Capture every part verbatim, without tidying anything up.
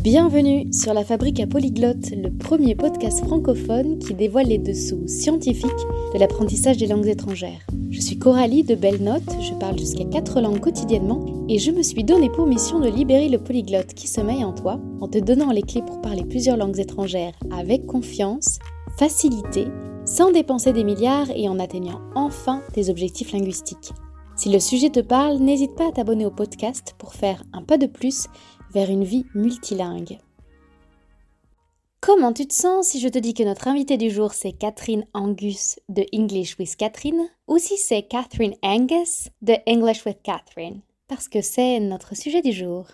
Bienvenue sur La Fabrique à Polyglotte, le premier podcast francophone qui dévoile les dessous scientifiques de l'apprentissage des langues étrangères. Je suis Coralie de Belle Note, je parle jusqu'à quatre langues quotidiennement et je me suis donné pour mission de libérer le polyglotte qui sommeille en toi en te donnant les clés pour parler plusieurs langues étrangères avec confiance, facilité, sans dépenser des milliards et en atteignant enfin tes objectifs linguistiques. Si le sujet te parle, n'hésite pas à t'abonner au podcast pour faire un pas de plus vers une vie multilingue. Comment tu te sens si je te dis que notre invitée du jour c'est Catherine Angus de English with Catherine ou si c'est Catherine Angus de English with Catherine? Parce que c'est notre sujet du jour.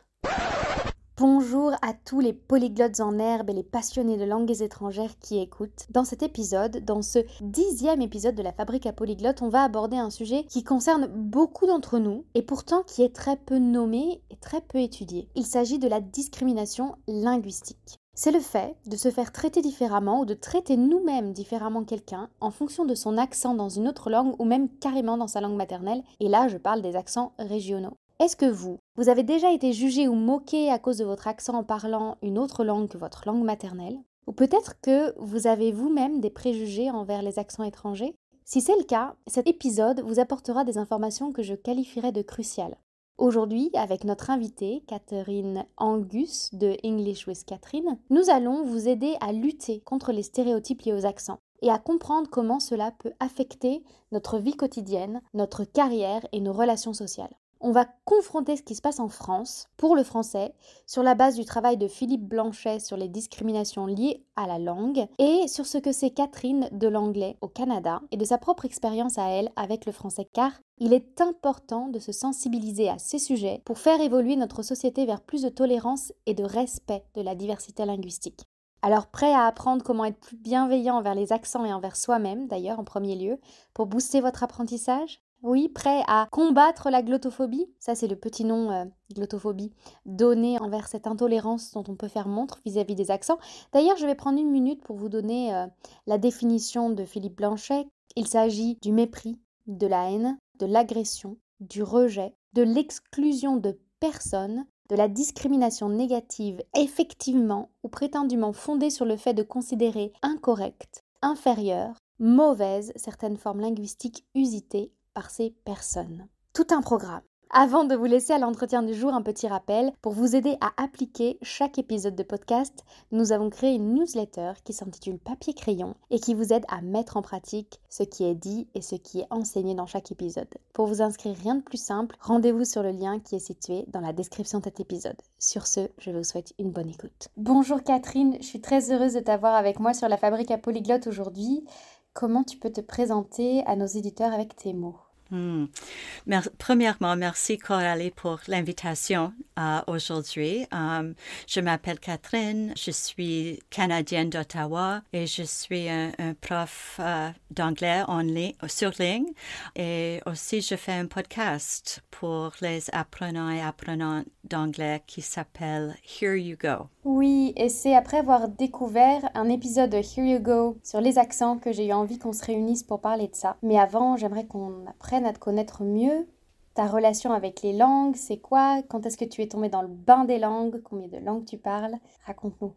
Bonjour à tous les polyglottes en herbe et les passionnés de langues étrangères qui écoutent. Dans cet épisode, dans ce dixième épisode de la Fabrique à Polyglotte, on va aborder un sujet qui concerne beaucoup d'entre nous et pourtant qui est très peu nommé et très peu étudié. Il s'agit de la discrimination linguistique. C'est le fait de se faire traiter différemment ou de traiter nous-mêmes différemment quelqu'un en fonction de son accent dans une autre langue ou même carrément dans sa langue maternelle. Et là, je parle des accents régionaux. Est-ce que vous, vous avez déjà été jugé ou moqué à cause de votre accent en parlant une autre langue que votre langue maternelle? Ou peut-être que vous avez vous-même des préjugés envers les accents étrangers? Si c'est le cas, cet épisode vous apportera des informations que je qualifierais de cruciales. Aujourd'hui, avec notre invitée, Catherine Angus de English with Catherine, nous allons vous aider à lutter contre les stéréotypes liés aux accents et à comprendre comment cela peut affecter notre vie quotidienne, notre carrière et nos relations sociales. On va confronter ce qui se passe en France, pour le français, sur la base du travail de Philippe Blanchet sur les discriminations liées à la langue et sur ce que c'est Catherine de l'anglais au Canada et de sa propre expérience à elle avec le français, car il est important de se sensibiliser à ces sujets pour faire évoluer notre société vers plus de tolérance et de respect de la diversité linguistique. Alors prêt à apprendre comment être plus bienveillant envers les accents et envers soi-même d'ailleurs en premier lieu, pour booster votre apprentissage? Oui, prêt à combattre la glottophobie? Ça, c'est le petit nom, euh, glottophobie, donné envers cette intolérance dont on peut faire montre vis-à-vis des accents. D'ailleurs, je vais prendre une minute pour vous donner euh, la définition de Philippe Blanchet. Il s'agit du mépris, de la haine, de l'agression, du rejet, de l'exclusion de personnes, de la discrimination négative effectivement ou prétendument fondée sur le fait de considérer incorrectes, inférieures, mauvaises certaines formes linguistiques usitées par ces personnes. Tout un programme. Avant de vous laisser à l'entretien du jour, un petit rappel. Pour vous aider à appliquer chaque épisode de podcast, nous avons créé une newsletter qui s'intitule Papier Crayon et qui vous aide à mettre en pratique ce qui est dit et ce qui est enseigné dans chaque épisode. Pour vous inscrire, rien de plus simple, rendez-vous sur le lien qui est situé dans la description de cet épisode. Sur ce, je vous souhaite une bonne écoute. Bonjour Catherine, je suis très heureuse de t'avoir avec moi sur la Fabrique à Polyglotte aujourd'hui. Comment tu peux te présenter à nos éditeurs avec tes mots? Hmm. Mer- Premièrement, merci Coralie pour l'invitation euh, aujourd'hui. Um, je m'appelle Catherine, je suis canadienne d'Ottawa et je suis un, un prof euh, d'anglais en ligne, sur ligne et aussi je fais un podcast pour les apprenants et apprenantes d'anglais qui s'appelle Here You Go. Oui, et c'est après avoir découvert un épisode de Here You Go sur les accents que j'ai eu envie qu'on se réunisse pour parler de ça. Mais avant, j'aimerais qu'on apprenne à te connaître mieux. Ta relation avec les langues, c'est quoi? Quand est-ce que tu es tombée dans le bain des langues? Combien de langues tu parles? Raconte-nous.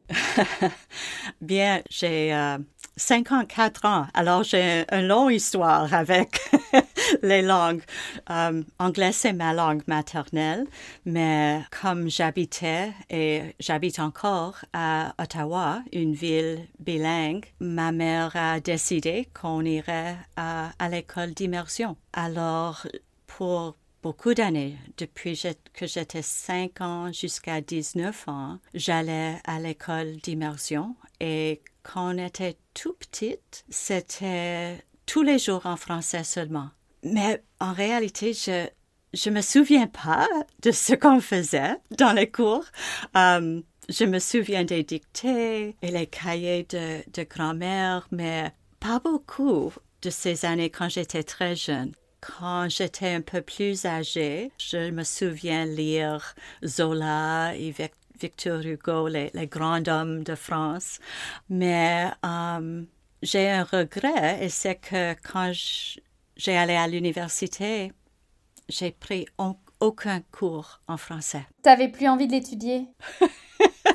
Bien, j'ai euh, cinquante-quatre ans, alors j'ai une longue histoire avec les langues. Um, anglais, c'est ma langue maternelle, mais comme j'habitais et j'habite encore à Ottawa, une ville bilingue, ma mère a décidé qu'on irait à, à l'école d'immersion. Alors, pour beaucoup d'années, depuis que j'étais cinq ans jusqu'à dix-neuf ans, j'allais à l'école d'immersion et quand on était tout petite, c'était tous les jours en français seulement. Mais en réalité, je je me souviens pas de ce qu'on faisait dans les cours. Um, je me souviens des dictées et les cahiers de, de grand-mère, mais pas beaucoup de ces années quand j'étais très jeune. Quand j'étais un peu plus âgée, je me souviens lire Zola et Victor Hugo, les, les grands hommes de France. Mais um, j'ai un regret, et c'est que quand je, j'ai allé à l'université, j'ai pris on, aucun cours en français. T'avais plus envie de l'étudier?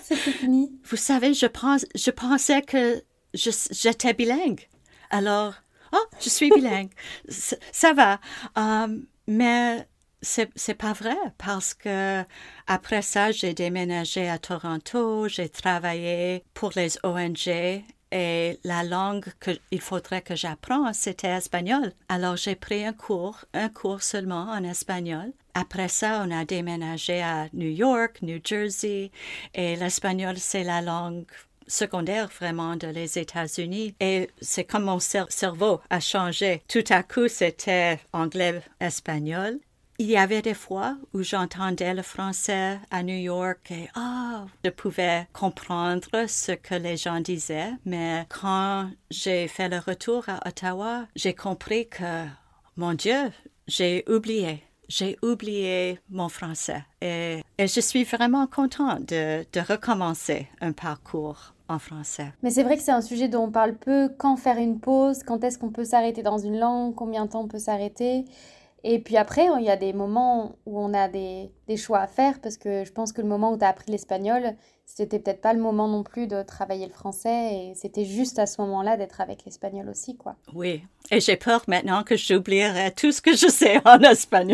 c'était fini? Vous savez, je, pense, je pensais que je, j'étais bilingue. Alors, oh, je suis bilingue. ça, ça va. Um, mais c'est, c'est pas vrai parce que après ça, j'ai déménagé à Toronto, j'ai travaillé pour les O N G et la langue qu'il faudrait que j'apprenne, c'était espagnol. Alors, j'ai pris un cours, un cours seulement en espagnol. Après ça, on a déménagé à New York, New Jersey, et l'espagnol, c'est la langue secondaire vraiment de les États-Unis. Et c'est comme mon cer- cerveau a changé. Tout à coup, c'était anglais-espagnol. Il y avait des fois où j'entendais le français à New York et oh, je pouvais comprendre ce que les gens disaient. Mais quand j'ai fait le retour à Ottawa, j'ai compris que, mon Dieu, j'ai oublié. J'ai oublié mon français et, et je suis vraiment contente de, de recommencer un parcours en français. Mais c'est vrai que c'est un sujet dont on parle peu. Quand faire une pause? Quand est-ce qu'on peut s'arrêter dans une langue? Combien de temps on peut s'arrêter? Et puis après, il y a des moments où on a des, des choix à faire parce que je pense que le moment où tu as appris l'espagnol, c'était peut-être pas le moment non plus de travailler le français et c'était juste à ce moment-là d'être avec l'espagnol aussi, quoi. Oui, et j'ai peur maintenant que j'oublierai tout ce que je sais en espagnol.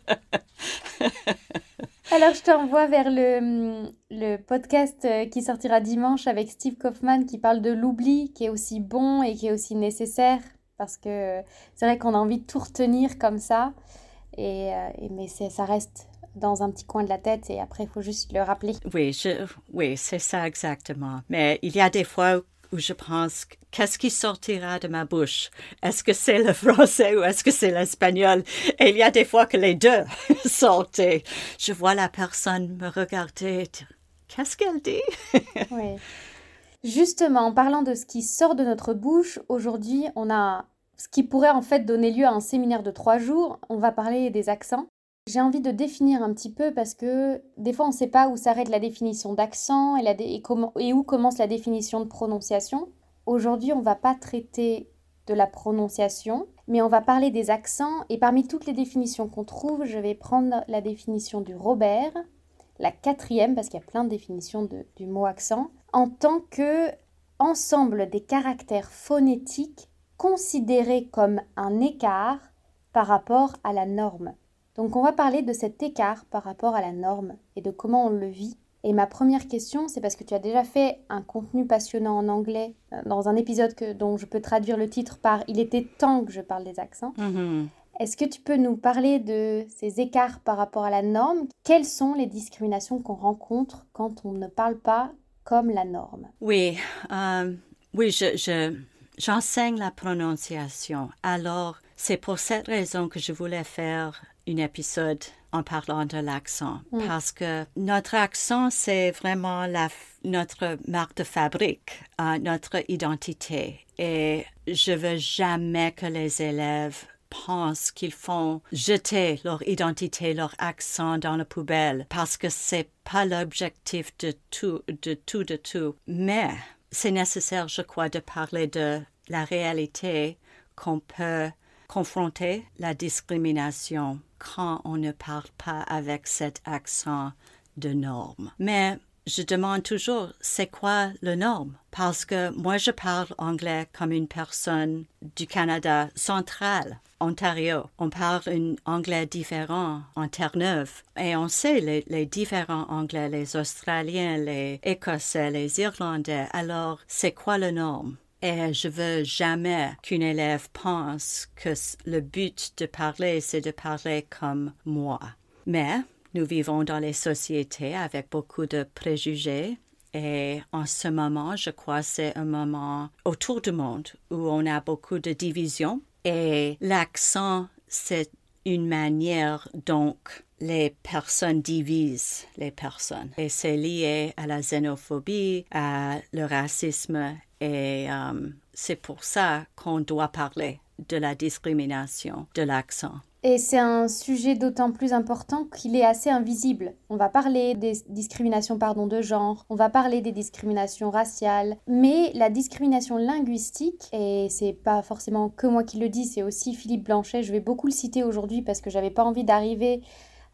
Alors, je t'envoie vers le, le podcast qui sortira dimanche avec Steve Kaufmann qui parle de l'oubli, qui est aussi bon et qui est aussi nécessaire. Parce que c'est vrai qu'on a envie de tout retenir comme ça, et, euh, et, mais c'est, ça reste dans un petit coin de la tête et après, il faut juste le rappeler. Oui, je, oui, c'est ça exactement. Mais il y a des fois où je pense, qu'est-ce qui sortira de ma bouche? Est-ce que c'est le français ou est-ce que c'est l'espagnol? Et il y a des fois que les deux sortent. Et je vois la personne me regarder et dire, qu'est-ce qu'elle dit? Oui. Justement, en parlant de ce qui sort de notre bouche, aujourd'hui, on a ce qui pourrait en fait donner lieu à un séminaire de trois jours. On va parler des accents. J'ai envie de définir un petit peu parce que des fois, on ne sait pas où s'arrête la définition d'accent et, la dé- et, comment- et où commence la définition de prononciation. Aujourd'hui, on ne va pas traiter de la prononciation, mais on va parler des accents. Et parmi toutes les définitions qu'on trouve, je vais prendre la définition du Robert, la quatrième, parce qu'il y a plein de définitions de- du mot accent, en tant que ensemble des caractères phonétiques considérés comme un écart par rapport à la norme. Donc on va parler de cet écart par rapport à la norme et de comment on le vit. Et ma première question, c'est parce que tu as déjà fait un contenu passionnant en anglais euh, dans un épisode que, dont je peux traduire le titre par « Il était temps que je parle des accents ». Mm-hmm. Est-ce que tu peux nous parler de ces écarts par rapport à la norme? Quelles sont les discriminations qu'on rencontre quand on ne parle pas comme la norme? Oui, euh, oui, je, je, j'enseigne la prononciation. Alors, c'est pour cette raison que je voulais faire un épisode en parlant de l'accent. Mm. Parce que notre accent, c'est vraiment la, notre marque de fabrique, euh, notre identité. Et je veux jamais que les élèves pensent qu'ils font jeter leur identité, leur accent dans la poubelle parce que c'est pas l'objectif de tout, de tout, de tout. Mais c'est nécessaire, je crois, de parler de la réalité qu'on peut confronter la discrimination quand on ne parle pas avec cet accent de norme. Mais je demande toujours, c'est quoi le norme? Parce que moi, je parle anglais comme une personne du Canada central, Ontario. On parle un anglais différent en Terre-Neuve. Et on sait les, les différents anglais, les Australiens, les Écossais, les Irlandais. Alors, c'est quoi le norme? Et je veux jamais qu'un élève pense que le but de parler, c'est de parler comme moi. Mais nous vivons dans les sociétés avec beaucoup de préjugés et en ce moment, je crois, c'est un moment autour du monde où on a beaucoup de divisions et l'accent, c'est une manière donc les personnes divisent les personnes et c'est lié à la xénophobie, à le racisme et um, c'est pour ça qu'on doit parler de la discrimination de l'accent. Et c'est un sujet d'autant plus important qu'il est assez invisible. On va parler des discriminations pardon, de genre, on va parler des discriminations raciales, mais la discrimination linguistique, et c'est pas forcément que moi qui le dis, c'est aussi Philippe Blanchet, je vais beaucoup le citer aujourd'hui parce que j'avais pas envie d'arriver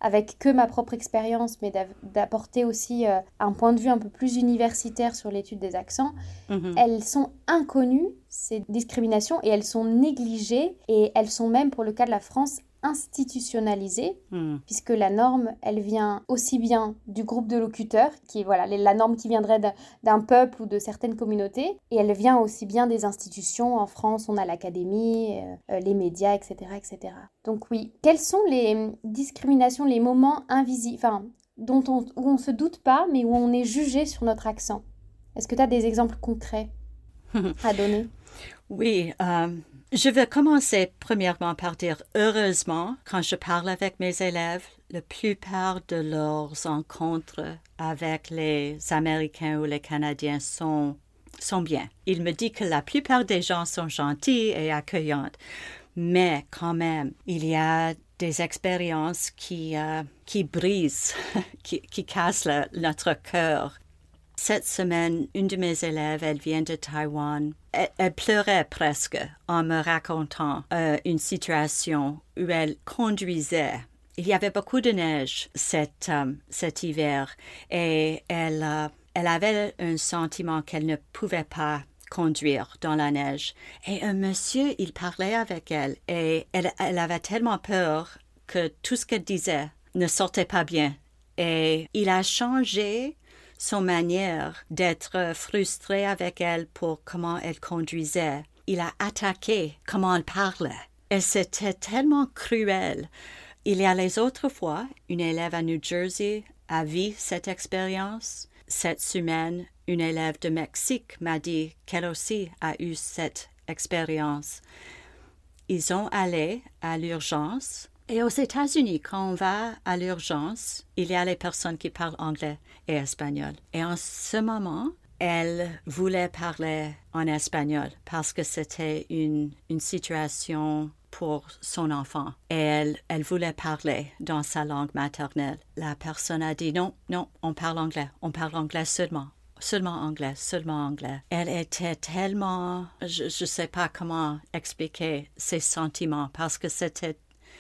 avec que ma propre expérience, mais d'apporter aussi euh, un point de vue un peu plus universitaire sur l'étude des accents, mm-hmm. elles sont inconnues, ces discriminations, et elles sont négligées, et elles sont même, pour le cas de la France, institutionnalisée, mm. puisque la norme, elle vient aussi bien du groupe de locuteurs, qui est voilà, la norme qui viendrait d'un, d'un peuple ou de certaines communautés, et elle vient aussi bien des institutions. En France, on a l'académie, euh, les médias, et cetera, et cetera. Donc oui, quelles sont les discriminations, les moments invisibles, enfin, dont on, où on ne se doute pas, mais où on est jugé sur notre accent? Est-ce que tu as des exemples concrets à donner? Oui, euh, je vais commencer premièrement par dire heureusement, quand je parle avec mes élèves, la plupart de leurs rencontres avec les Américains ou les Canadiens sont, sont bien. Ils me disent que la plupart des gens sont gentils et accueillants, mais quand même, il y a des expériences qui, euh, qui brisent, qui, qui cassent le, notre cœur. Cette semaine, une de mes élèves, elle vient de Taïwan. Elle, elle pleurait presque en me racontant euh, une situation où elle conduisait. Il y avait beaucoup de neige cet, um, cet hiver et elle, uh, elle avait un sentiment qu'elle ne pouvait pas conduire dans la neige. Et un monsieur, il parlait avec elle et elle, elle avait tellement peur que tout ce qu'elle disait ne sortait pas bien. Et il a changé son manière d'être frustré avec elle pour comment elle conduisait. Il a attaqué comment elle parlait. Et c'était tellement cruel. Il y a les autres fois, une élève à New Jersey a vu cette expérience. Cette semaine, une élève de Mexique m'a dit qu'elle aussi a eu cette expérience. Ils ont allé à l'urgence. Et aux États-Unis, quand on va à l'urgence, il y a les personnes qui parlent anglais et espagnol. Et en ce moment, elle voulait parler en espagnol parce que c'était une, une situation pour son enfant. Et elle, elle voulait parler dans sa langue maternelle. La personne a dit non, non, on parle anglais, on parle anglais seulement. Seulement anglais, seulement anglais. Elle était tellement... Je ne sais pas comment expliquer ses sentiments parce que c'était...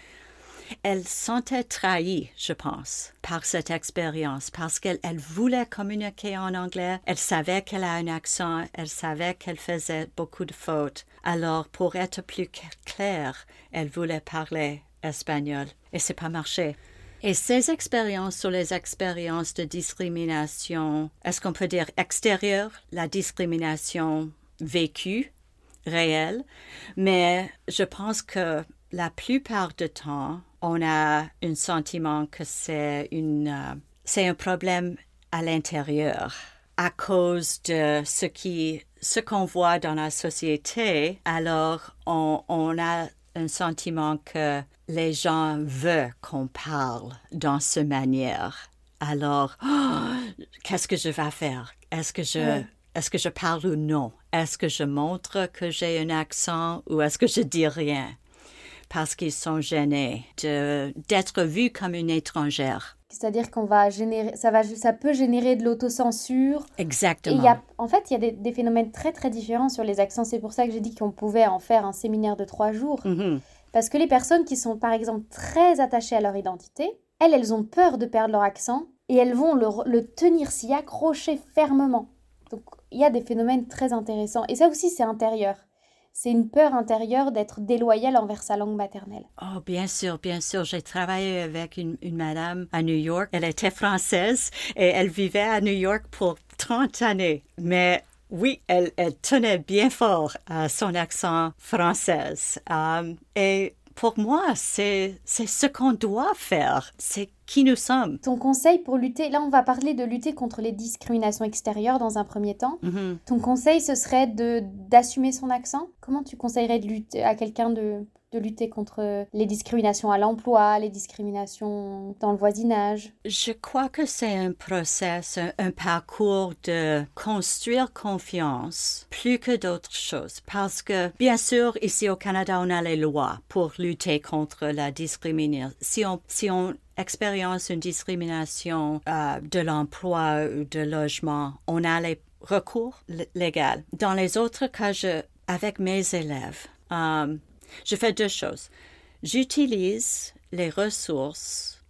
Elle sentait trahie, je pense, par cette expérience, parce qu'elle elle voulait communiquer en anglais. Elle savait qu'elle a un accent, elle savait qu'elle faisait beaucoup de fautes. Alors, pour être plus claire, elle voulait parler espagnol. Et c'est pas marché. Et ces expériences sont les expériences de discrimination, est-ce qu'on peut dire extérieure, la discrimination vécue, réelle. Mais je pense que la plupart du temps, on a un sentiment que c'est, une, uh, c'est un problème à l'intérieur à cause de ce, qui, ce qu'on voit dans la société. Alors, on, on a un sentiment que les gens veulent qu'on parle dans cette manière. Alors, oh, qu'est-ce que je vais faire? Est-ce que je... Oui. Est-ce que je parle ou non? Est-ce que je montre que j'ai un accent ou est-ce que je dis rien? Parce qu'ils sont gênés de, d'être vus comme une étrangère. C'est-à-dire qu'on va générer, ça, va, ça peut générer de l'autocensure. Exactement. Et il y a, en fait, il y a des, des phénomènes très, très différents sur les accents. C'est pour ça que j'ai dit qu'on pouvait en faire un séminaire de trois jours. Mm-hmm. Parce que les personnes qui sont, par exemple, très attachées à leur identité, elles, elles ont peur de perdre leur accent et elles vont le, le tenir, s'y accrocher fermement. Donc, il y a des phénomènes très intéressants. Et ça aussi, c'est intérieur. C'est une peur intérieure d'être déloyale envers sa langue maternelle. Oh, bien sûr, bien sûr. J'ai travaillé avec une, une madame à New York. Elle était française et elle vivait à New York pour trente années. Mais oui, elle, elle tenait bien fort à son accent français. Um, et pour moi, c'est, c'est ce qu'on doit faire. C'est qui nous sommes. Ton conseil pour lutter, là on va parler de lutter contre les discriminations extérieures dans un premier temps. Mm-hmm. Ton conseil, ce serait de, d'assumer son accent? Comment tu conseillerais de lutter, à quelqu'un de, de lutter contre les discriminations à l'emploi, les discriminations dans le voisinage? Je crois que c'est un process, un, un parcours de construire confiance plus que d'autres choses. Parce que, bien sûr, ici au Canada, on a les lois pour lutter contre la discrimination. Si on, si on expérience une discrimination euh, de l'emploi ou de logement, on a les recours l- légaux. Dans les autres cas, je, avec mes élèves, euh, je fais deux choses. J'utilise les ressources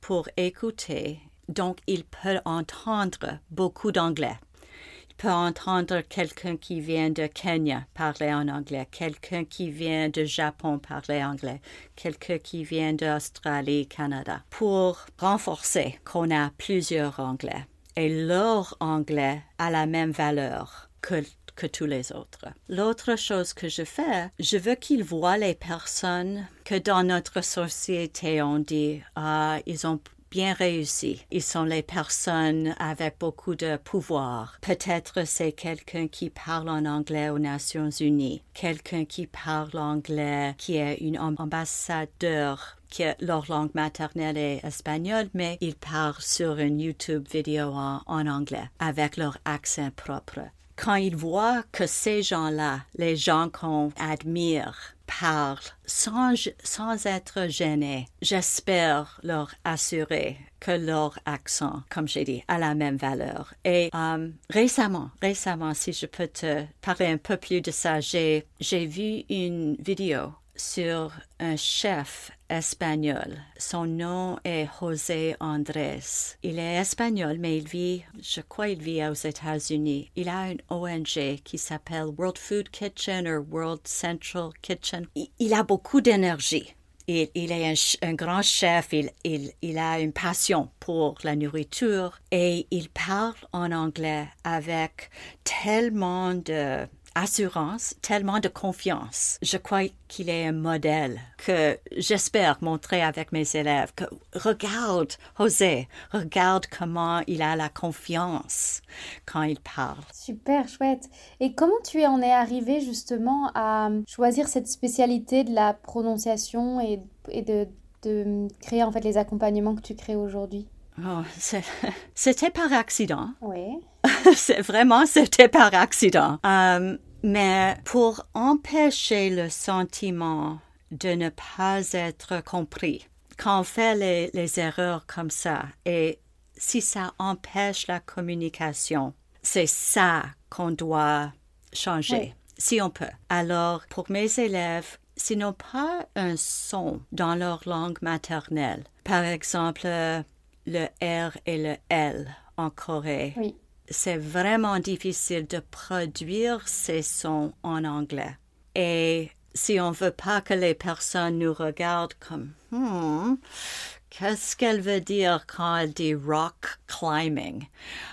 pour écouter, donc il peut entendre beaucoup d'anglais. Il peut entendre quelqu'un qui vient de Kenya parler en anglais, quelqu'un qui vient de Japon parler anglais, quelqu'un qui vient d'Australie, Canada, pour renforcer qu'on a plusieurs anglais. Et leur anglais a la même valeur que, que tous les autres. L'autre chose que je fais, je veux qu'ils voient les personnes que dans notre société on dit ah, ils ont bien réussi. Ils sont les personnes avec beaucoup de pouvoir. Peut-être c'est quelqu'un qui parle en anglais aux Nations Unies, quelqu'un qui parle anglais, qui est une ambassadeur, qui est, leur langue maternelle est espagnole, mais ils parlent sur une YouTube vidéo en, en anglais avec leur accent propre. Quand ils voient que ces gens-là, les gens qu'on admire, parlent sans, sans être gênés, j'espère leur assurer que leur accent, comme j'ai dit, a la même valeur. Et euh, récemment, récemment, si je peux te parler un peu plus de ça, j'ai, j'ai vu une vidéo sur un chef espagnol. Son nom est José Andrés. Il est espagnol, mais il vit, je crois, il vit aux États-Unis. Il a une O N G qui s'appelle World Food Kitchen ou World Central Kitchen. Il, il a beaucoup d'énergie. Il, il est un, un grand chef, il, il, il a une passion pour la nourriture et il parle en anglais avec tellement de assurance, tellement de confiance. Je crois qu'il est un modèle que j'espère montrer avec mes élèves. Que, regarde, José, regarde comment il a la confiance quand il parle. Super chouette. Et comment tu en es arrivé justement à choisir cette spécialité de la prononciation et, et de, de créer en fait les accompagnements que tu crées aujourd'hui? Oh, c'est, c'était par accident. Oui. c'est, vraiment, c'était par accident. Um, mais pour empêcher le sentiment de ne pas être compris, quand on fait les, les erreurs comme ça, et si ça empêche la communication, c'est ça qu'on doit changer, oui. Si on peut. Alors, pour mes élèves, s'ils n'ont pas un son dans leur langue maternelle, par exemple, le R et le L en Corée, oui. C'est vraiment difficile de produire ces sons en anglais. Et si on ne veut pas que les personnes nous regardent comme hmm, qu'est-ce qu'elle veut dire quand elle dit rock climbing?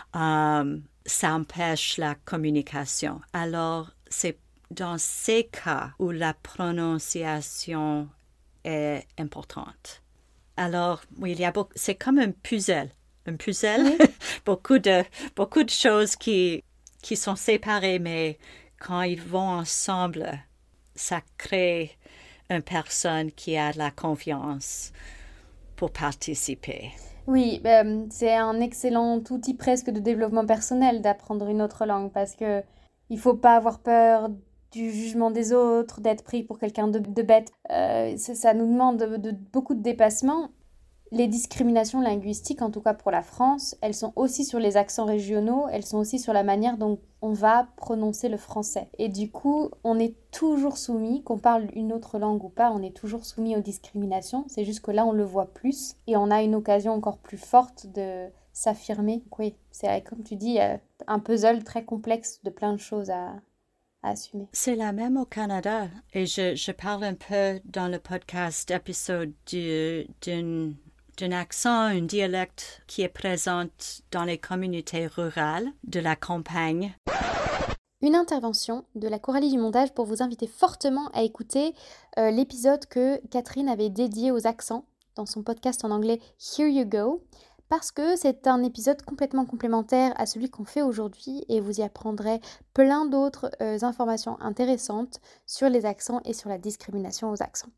Um, ça empêche la communication. Alors, c'est dans ces cas où la prononciation est importante. Alors, oui, il y a beaucoup, c'est comme un puzzle. Un puzzle, oui. beaucoup, de, beaucoup de choses qui, qui sont séparées, mais quand ils vont ensemble, ça crée une personne qui a de la confiance pour participer. Oui, euh, c'est un excellent outil presque de développement personnel d'apprendre une autre langue parce que il faut pas avoir peur du jugement des autres, d'être pris pour quelqu'un de, de bête. Euh, ça, ça nous demande de, de, beaucoup de dépassement. Les discriminations linguistiques, en tout cas pour la France, elles sont aussi sur les accents régionaux, elles sont aussi sur la manière dont on va prononcer le français. Et du coup, on est toujours soumis, qu'on parle une autre langue ou pas, on est toujours soumis aux discriminations. C'est juste que là, on le voit plus et on a une occasion encore plus forte de s'affirmer. Oui, c'est comme tu dis, un puzzle très complexe de plein de choses à, à assumer. C'est la même au Canada. Et je, je parle un peu dans le podcast épisode du, d'une... d'un accent, un dialecte qui est présent dans les communautés rurales de la campagne. Une intervention de la Coralie du Montage pour vous inviter fortement à écouter euh, l'épisode que Catherine avait dédié aux accents dans son podcast en anglais Here You Go, parce que c'est un épisode complètement complémentaire à celui qu'on fait aujourd'hui et vous y apprendrez plein d'autres euh, informations intéressantes sur les accents et sur la discrimination aux accents.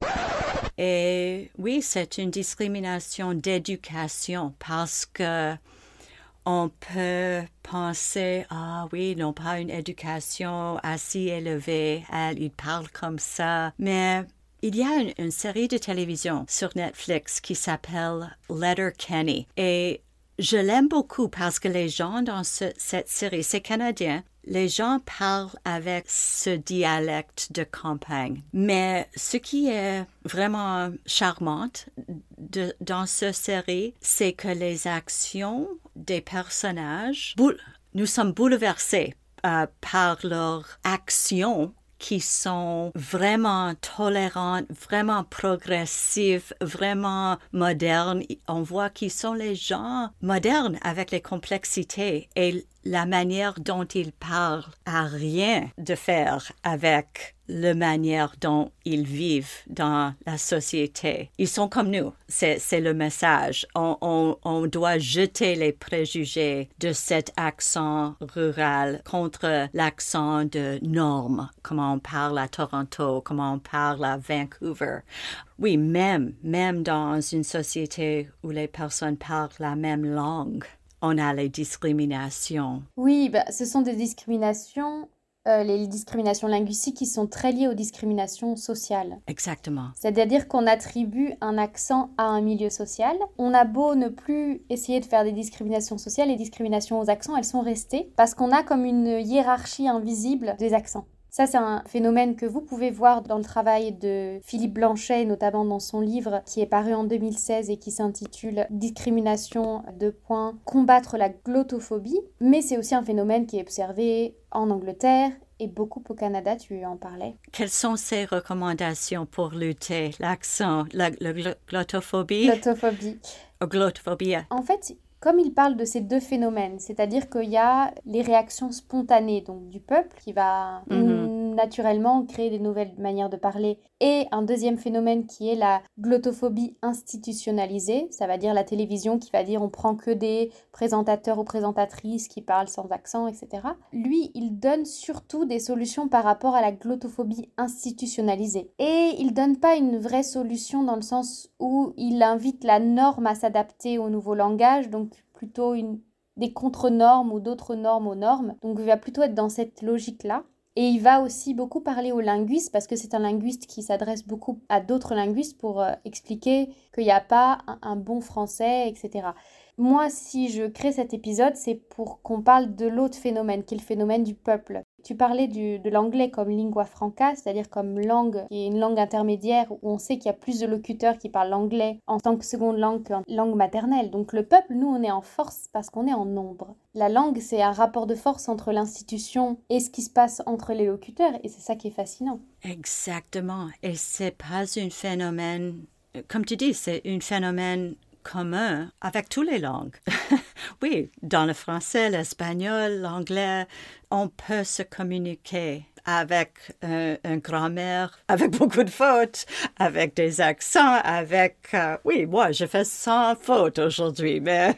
Et oui, c'est une discrimination d'éducation parce que on peut penser, ah oui, ils n'ont pas une éducation assez élevée, ils parlent comme ça. Mais il y a une, une série de télévision sur Netflix qui s'appelle Letterkenny. Et je l'aime beaucoup parce que les gens dans ce- cette série, c'est canadien, les gens parlent avec ce dialecte de campagne. Mais ce qui est vraiment charmant de, dans cette série, c'est que les actions des personnages, boule- nous sommes bouleversés euh, par leurs actions qui sont vraiment tolérantes, vraiment progressives, vraiment modernes. On voit qu'ils sont les gens modernes avec les complexités et la manière dont ils parlent a rien de faire avec la manière dont ils vivent dans la société. Ils sont comme nous, c'est, c'est le message. On, on, on doit jeter les préjugés de cet accent rural contre l'accent de norme, comment on parle à Toronto, comment on parle à Vancouver. Oui, même, même dans une société où les personnes parlent la même langue, on a les discriminations. Oui, bah, ce sont des discriminations, euh, les discriminations linguistiques qui sont très liées aux discriminations sociales. Exactement. C'est-à-dire qu'on attribue un accent à un milieu social. On a beau ne plus essayer de faire des discriminations sociales, les discriminations aux accents, elles sont restées parce qu'on a comme une hiérarchie invisible des accents. Ça, c'est un phénomène que vous pouvez voir dans le travail de Philippe Blanchet, notamment dans son livre qui est paru en deux mille seize et qui s'intitule Discrimination de points, combattre la glottophobie. Mais c'est aussi un phénomène qui est observé en Angleterre et beaucoup au Canada, tu en parlais. Quelles sont ces recommandations pour lutter l'accent, la, la gl- glottophobie? Glottophobie. Ou glottophobie. En fait, comme il parle de ces deux phénomènes, c'est-à-dire qu'il y a les réactions spontanées donc du peuple qui va Mhm. naturellement créer des nouvelles manières de parler, et un deuxième phénomène qui est la glottophobie institutionnalisée, ça va dire la télévision qui va dire on prend que des présentateurs ou présentatrices qui parlent sans accent, et cetera. Lui, il donne surtout des solutions par rapport à la glottophobie institutionnalisée. Et il donne pas une vraie solution dans le sens où il invite la norme à s'adapter au nouveau langage, donc plutôt une, des contre-normes ou d'autres normes aux normes. Donc il va plutôt être dans cette logique-là. Et il va aussi beaucoup parler aux linguistes parce que c'est un linguiste qui s'adresse beaucoup à d'autres linguistes pour euh, expliquer qu'il n'y a pas un, un bon français, et cetera. Moi, si je crée cet épisode, c'est pour qu'on parle de l'autre phénomène, qui est le phénomène du peuple. Tu parlais du, de l'anglais comme lingua franca, c'est-à-dire comme langue, qui est une langue intermédiaire où on sait qu'il y a plus de locuteurs qui parlent l'anglais en tant que seconde langue qu'en langue maternelle. Donc le peuple, nous, on est en force parce qu'on est en nombre. La langue, c'est un rapport de force entre l'institution et ce qui se passe entre les locuteurs, et c'est ça qui est fascinant. Exactement. Et c'est pas un phénomène, comme tu dis, c'est un phénomène commun avec toutes les langues. Oui, dans le français, l'espagnol, l'anglais, on peut se communiquer avec euh, une grammaire, avec beaucoup de fautes, avec des accents, avec... euh, oui, moi, je fais sans fautes aujourd'hui, mais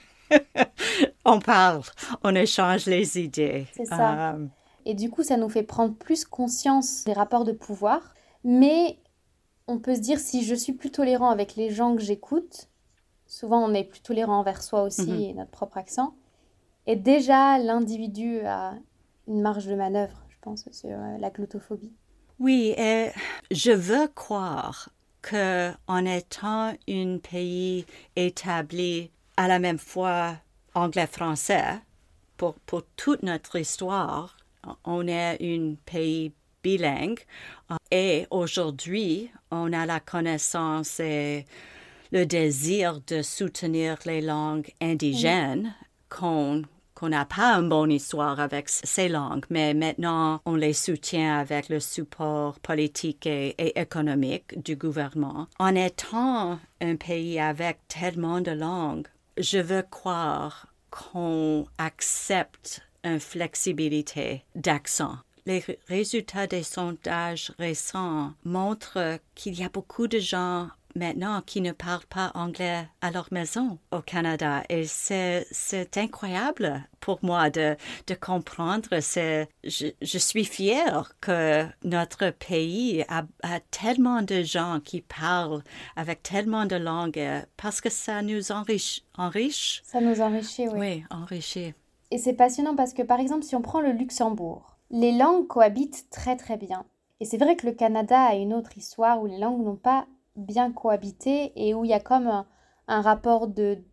on parle, on échange les idées. C'est ça. Euh, Et du coup, ça nous fait prendre plus conscience des rapports de pouvoir. Mais on peut se dire, si je suis plus tolérant avec les gens que j'écoute, souvent on est plus tolérant envers soi aussi mhm. et notre propre accent. Et déjà, l'individu a une marge de manœuvre, je pense, sur euh, la glottophobie. Oui, et je veux croire que en étant un pays établi à la même fois anglais-français, pour, pour toute notre histoire, on est un pays bilingue et aujourd'hui, on a la connaissance et le désir de soutenir les langues indigènes qu'on qu'on n'a pas une bonne histoire avec ces langues, mais maintenant on les soutient avec le support politique et, et économique du gouvernement. En étant un pays avec tellement de langues, je veux croire qu'on accepte une flexibilité d'accent. Les résultats des sondages récents montrent qu'il y a beaucoup de gens maintenant qui ne parlent pas anglais à leur maison au Canada. Et c'est, c'est incroyable pour moi de, de comprendre. C'est, je, je suis fière que notre pays a, a tellement de gens qui parlent avec tellement de langues parce que ça nous enrichit. enrichit. Ça nous enrichit, oui. Oui, enrichit. Et c'est passionnant parce que, par exemple, si on prend le Luxembourg, les langues cohabitent très très bien. Et c'est vrai que le Canada a une autre histoire où les langues n'ont pas bien cohabité et où il y a comme un, un rapport de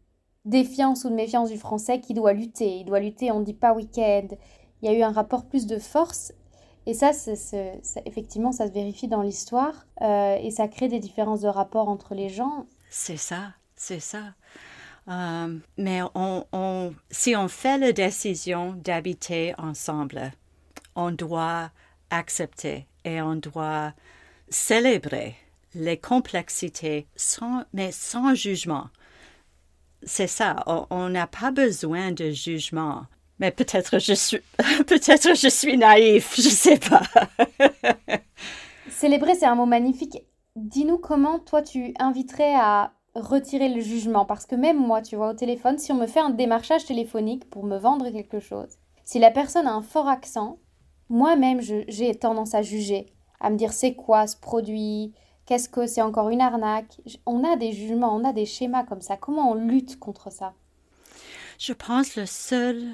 défiance ou de méfiance du français qui doit lutter. Il doit lutter, on ne dit pas week-end. Il y a eu un rapport plus de force. Et ça, c'est, c'est, c'est, effectivement, ça se vérifie dans l'histoire. Euh, et ça crée des différences de rapport entre les gens. C'est ça, c'est ça. Euh, mais on, on, si on fait la décision d'habiter ensemble, on doit accepter et on doit célébrer les complexités, sans, mais sans jugement. C'est ça, on n'a pas besoin de jugement. Mais peut-être je suis, peut-être je suis naïf, je sais pas. Célébrer, c'est un mot magnifique. Dis-nous comment toi tu inviterais à retirer le jugement. Parce que même moi, tu vois, au téléphone, si on me fait un démarchage téléphonique pour me vendre quelque chose, si la personne a un fort accent, moi-même, je, j'ai tendance à juger, à me dire c'est quoi ce produit, qu'est-ce que c'est encore une arnaque. On a des jugements, on a des schémas comme ça. Comment on lutte contre ça? Je pense que la seule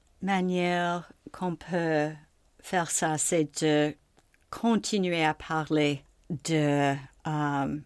manière qu'on peut faire ça, c'est de continuer à parler de euh,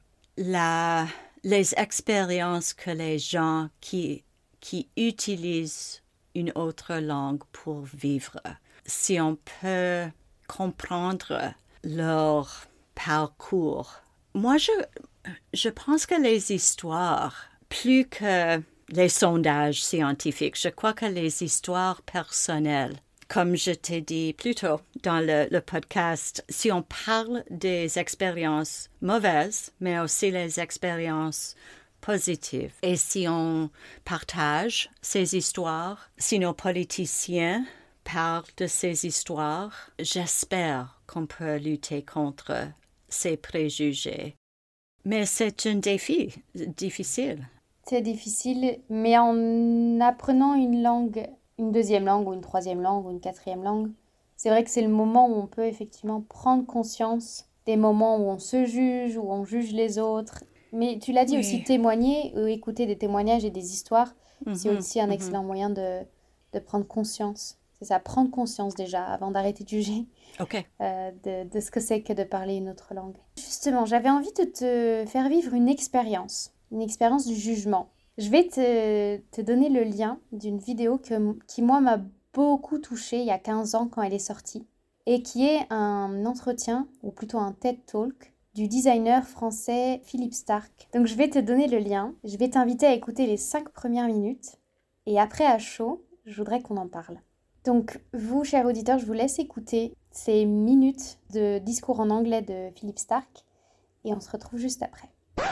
la, les expériences que les gens qui, qui utilisent une autre langue pour vivre. Si on peut comprendre leur parcours. Moi, je, je pense que les histoires, plus que les sondages scientifiques, je crois que les histoires personnelles, comme je t'ai dit plus tôt dans le, le podcast, si on parle des expériences mauvaises, mais aussi les expériences positives, et si on partage ces histoires, si nos politiciens parlent de ces histoires, j'espère qu'on peut lutter contre ces préjugés. Mais c'est un défi difficile. C'est difficile, mais en apprenant une langue, une deuxième langue ou une troisième langue ou une quatrième langue, c'est vrai que c'est le moment où on peut effectivement prendre conscience des moments où on se juge, où on juge les autres. Mais tu l'as dit Oui. aussi, témoigner ou écouter des témoignages et des histoires, Mm-hmm, c'est aussi un mm-hmm. excellent moyen de, de prendre conscience. C'est ça, prendre conscience déjà avant d'arrêter de juger OK. euh, de, de ce que c'est que de parler une autre langue. Justement, j'avais envie de te faire vivre une expérience. Une expérience du jugement. Je vais te, te donner le lien d'une vidéo que, qui, moi, m'a beaucoup touchée il y a quinze ans quand elle est sortie et qui est un entretien, ou plutôt un TED Talk, du designer français Philippe Starck. Donc, je vais te donner le lien. Je vais t'inviter à écouter les cinq premières minutes et après, à chaud, je voudrais qu'on en parle. Donc, vous, chers auditeurs, je vous laisse écouter ces minutes de discours en anglais de Philippe Starck et on se retrouve juste après.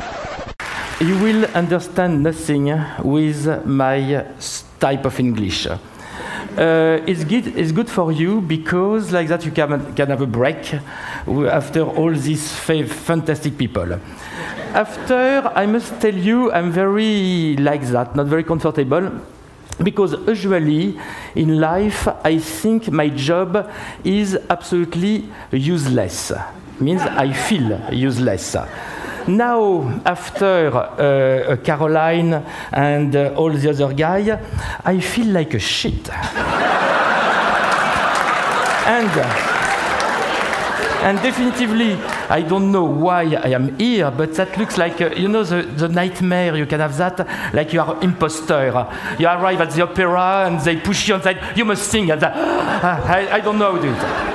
You will understand nothing with my type of English. Uh, it's, good, it's good for you because like that you can, can have a break after all these f- fantastic people. After, I must tell you, I'm very like that, not very comfortable. Because usually in life, I think my job is absolutely useless. Means I feel useless. Now, after uh, Caroline and uh, all the other guys, I feel like a shit. and, and definitively, I don't know why I am here, but that looks like, uh, you know, the, the nightmare, you can have that, like you are imposter. You arrive at the opera and they push you and say, you must sing. And that, I, I don't know, dude.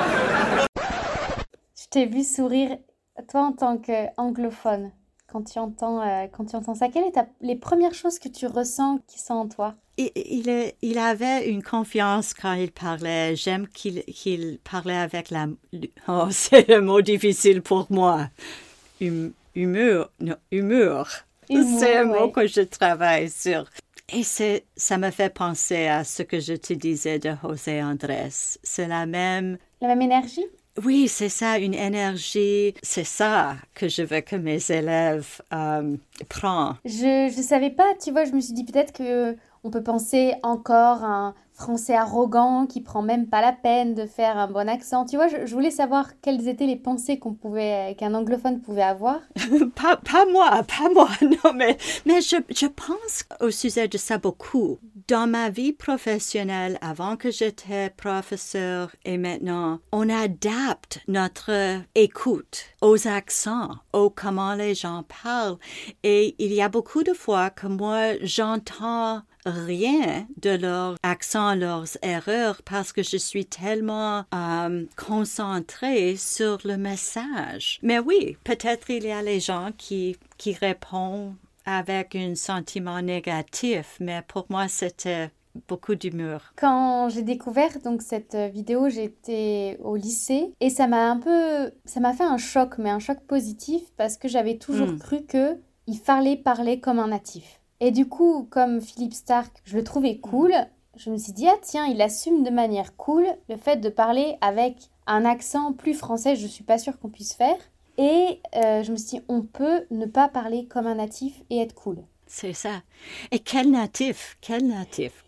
Je t'ai vu sourire. Toi, en tant qu'anglophone, quand tu entends, euh, quand tu entends ça, quelles sont les premières choses que tu ressens qui sont en toi? Il, il, est, il avait une confiance quand il parlait. J'aime qu'il, qu'il parlait avec la... Oh, c'est un mot difficile pour moi. Hum, humour. Non, humour. Humour, c'est un mot ouais. que je travaille sur. Et c'est, ça me fait penser à ce que je te disais de José Andrés. C'est la même... La même énergie? Oui, c'est ça, une énergie. C'est ça que je veux que mes élèves euh, prennent. Je ne savais pas, tu vois, je me suis dit peut-être que on peut penser encore à un français arrogant qui prend même pas la peine de faire un bon accent. Tu vois, je, je voulais savoir quelles étaient les pensées qu'on pouvait, qu'un anglophone pouvait avoir. pas, pas moi, pas moi, non, mais, mais je, je pense au sujet de ça beaucoup. Dans ma vie professionnelle, avant que j'étais professeur et maintenant, on adapte notre écoute aux accents, aux comment les gens parlent. Et il y a beaucoup de fois que moi, j'entends rien de leur accent, leurs erreurs, parce que je suis tellement euh, concentrée sur le message. Mais oui, peut-être il y a les gens qui, qui répondent avec un sentiment négatif, mais pour moi, c'était beaucoup d'humour. Quand j'ai découvert donc cette vidéo, j'étais au lycée et ça m'a un peu, ça m'a fait un choc, mais un choc positif parce que j'avais toujours Mm. cru que il fallait parler comme un natif. Et du coup, comme Philippe Stark, je le trouvais cool. Je me suis dit ah tiens, il assume de manière cool le fait de parler avec un accent plus français. Je suis pas sûre qu'on puisse faire. Et euh, je me suis dit on peut ne pas parler comme un natif et être cool. C'est ça. Et quel natif? Quel natif?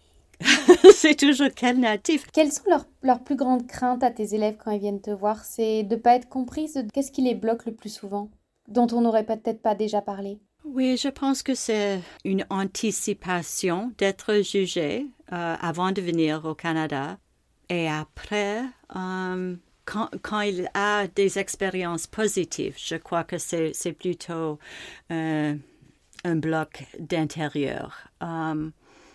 C'est toujours quel natif? Quelles sont leurs, leurs plus grandes craintes à tes élèves quand ils viennent te voir? C'est de ne pas être comprise? de- Qu'est-ce qui les bloque le plus souvent? Dont on n'aurait peut-être pas déjà parlé? Oui, je pense que c'est une anticipation d'être jugé euh, avant de venir au Canada. Et après, euh, quand, quand il a des expériences positives, je crois que c'est, c'est plutôt euh, un bloc d'intérieur. Euh,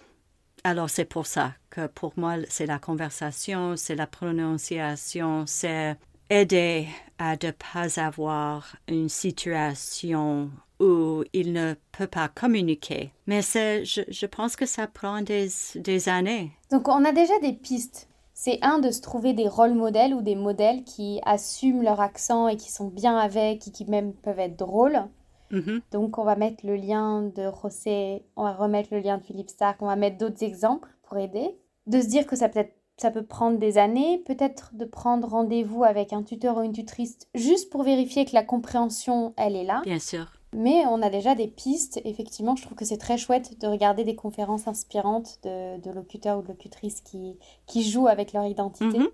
Alors, c'est pour ça que pour moi, c'est la conversation, c'est la prononciation, c'est aider à ne pas avoir une situation où il ne peut pas communiquer. Mais c'est, je, je pense que ça prend des, des années. Donc on a déjà des pistes. C'est un de se trouver des rôles modèles ou des modèles qui assument leur accent et qui sont bien avec et qui même peuvent être drôles. Mhm. Donc on va mettre le lien de José, on va remettre le lien de Philippe Stark, on va mettre d'autres exemples pour aider. De se dire que ça peut-être ça peut prendre des années, peut-être de prendre rendez-vous avec un tuteur ou une tutrice juste pour vérifier que la compréhension, elle est là. Bien sûr. Mais on a déjà des pistes. Effectivement, je trouve que c'est très chouette de regarder des conférences inspirantes de, de locuteurs ou de locutrices qui, qui jouent avec leur identité. Mhm.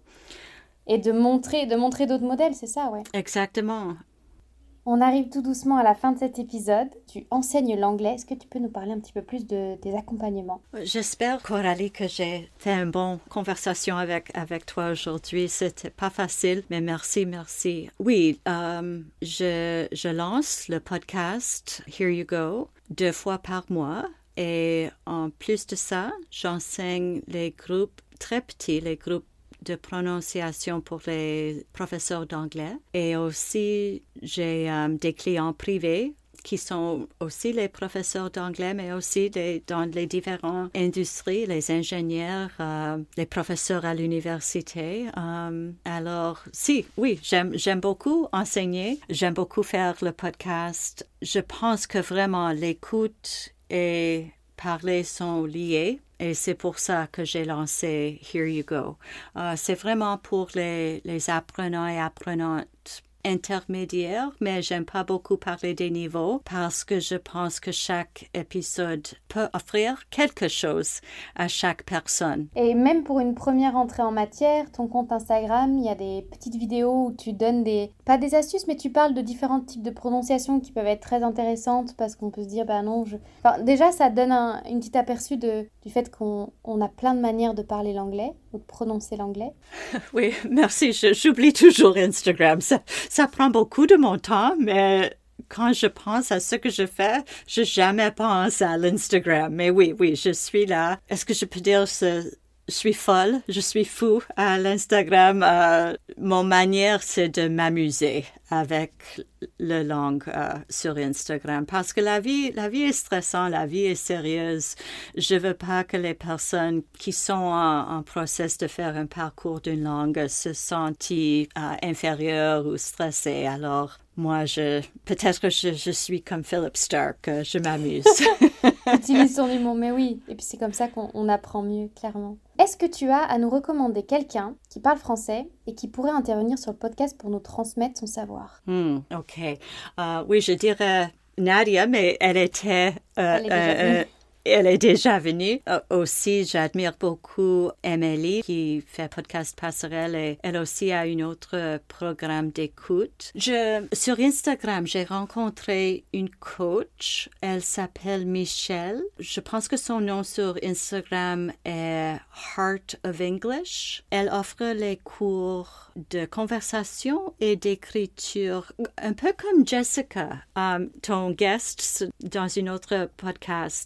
Et de montrer, de montrer d'autres modèles, c'est ça, ouais. Exactement. On arrive tout doucement à la fin de cet épisode. Tu enseignes l'anglais. Est-ce que tu peux nous parler un petit peu plus de tes accompagnements? J'espère, Coralie, que j'ai fait une bonne conversation avec, avec toi aujourd'hui. C'était pas facile, mais merci, merci. Oui, euh, je, je lance le podcast Here You Go deux fois par mois. Et en plus de ça, j'enseigne les groupes très petits, les groupes de prononciation pour les professeurs d'anglais. Et aussi, j'ai euh, des clients privés qui sont aussi les professeurs d'anglais, mais aussi des, dans les différentes industries, les ingénieurs, euh, les professeurs à l'université. Euh, alors, si, oui, j'aime, j'aime beaucoup enseigner, j'aime beaucoup faire le podcast. Je pense que vraiment l'écoute et parler sont liés. Et c'est pour ça que j'ai lancé Here You Go. Euh, c'est vraiment pour les, les apprenants et apprenantes intermédiaires, mais j'aime pas beaucoup parler des niveaux parce que je pense que chaque épisode peut offrir quelque chose à chaque personne. Et même pour une première entrée en matière, ton compte Instagram, il y a des petites vidéos où tu donnes des, pas des astuces, mais tu parles de différents types de prononciations qui peuvent être très intéressantes parce qu'on peut se dire, bah non, je... Enfin, déjà, ça donne un, une petite aperçu de, du fait qu'on on a plein de manières de parler l'anglais ou de prononcer l'anglais. Oui, merci. Je, j'oublie toujours Instagram. Ça, ça prend beaucoup de mon temps, mais quand je pense à ce que je fais, je jamais pense à l'Instagram. Mais oui, oui, je suis là. Est-ce que je peux dire ce... Je suis folle, je suis fou à l'Instagram. Euh, mon manière, c'est de m'amuser avec la langue euh, sur Instagram parce que la vie, la vie est stressante, la vie est sérieuse. Je veux pas que les personnes qui sont en, en process de faire un parcours d'une langue se sentent euh, inférieures ou stressées. Alors, moi, je peut-être que je, je suis comme Philippe Stark, euh, je m'amuse. Utilise ton humour, mais oui. Et puis c'est comme ça qu'on on apprend mieux, clairement. Est-ce que tu as à nous recommander quelqu'un qui parle français et qui pourrait intervenir sur le podcast pour nous transmettre son savoir? Hmm, OK. Euh, oui, je dirais Nadia, mais elle était... euh, Elle est déjà euh, venue. euh, Elle est déjà venue. Euh, aussi, j'admire beaucoup Emily qui fait podcast Passerelle et elle aussi a un autre programme d'écoute. Je, sur Instagram, j'ai rencontré une coach. Elle s'appelle Michelle. Je pense que son nom sur Instagram est Heart of English. Elle offre les cours de conversation et d'écriture, un peu comme Jessica, um, ton guest dans une autre podcast. Mais Michelle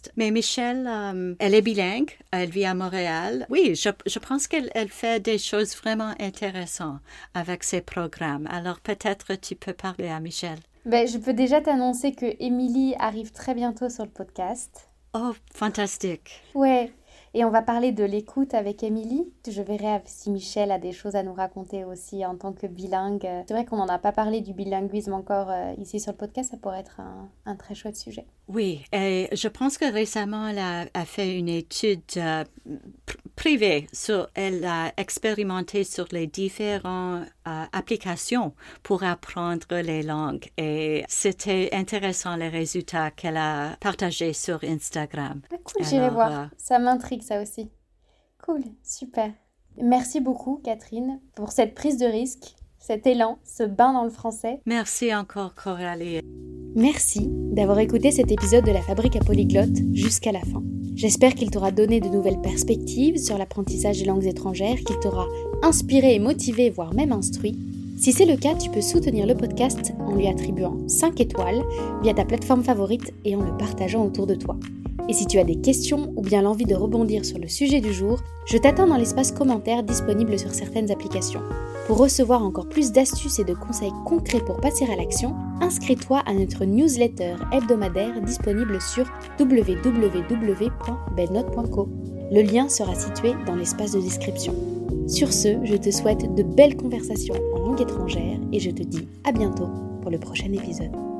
Michel, euh, elle est bilingue, elle vit à Montréal. Oui, je, je pense qu'elle elle fait des choses vraiment intéressantes avec ses programmes. Alors peut-être tu peux parler à Michel. Ben, je peux déjà t'annoncer que Émilie arrive très bientôt sur le podcast. Oh, fantastique. Ouais. Et on va parler de l'écoute avec Émilie. Je verrai si Michel a des choses à nous raconter aussi en tant que bilingue. C'est vrai qu'on n'en a pas parlé du bilinguisme encore euh, ici sur le podcast. Ça pourrait être un, un très chouette sujet. Oui, et je pense que récemment, elle a, a fait une étude euh, pr- privée. Sur, elle a expérimenté sur les différentes euh, applications pour apprendre les langues. Et c'était intéressant les résultats qu'elle a partagés sur Instagram. Ah, cool, j'irai Alors, voir. euh, Ça m'intrigue, ça aussi. Cool, super. Merci beaucoup, Catherine, pour cette prise de risque, cet élan, ce bain dans le français. Merci encore, Coralie. Merci d'avoir écouté cet épisode de la Fabrique à Polyglotte jusqu'à la fin. J'espère qu'il t'aura donné de nouvelles perspectives sur l'apprentissage des langues étrangères, qu'il t'aura inspiré et motivé, voire même instruit. Si c'est le cas, tu peux soutenir le podcast en lui attribuant cinq étoiles via ta plateforme favorite et en le partageant autour de toi. Et si tu as des questions ou bien l'envie de rebondir sur le sujet du jour, je t'attends dans l'espace commentaire disponible sur certaines applications. Pour recevoir encore plus d'astuces et de conseils concrets pour passer à l'action, inscris-toi à notre newsletter hebdomadaire disponible sur w w w point belnote point co. Le lien sera situé dans l'espace de description. Sur ce, je te souhaite de belles conversations en langue étrangère et je te dis à bientôt pour le prochain épisode.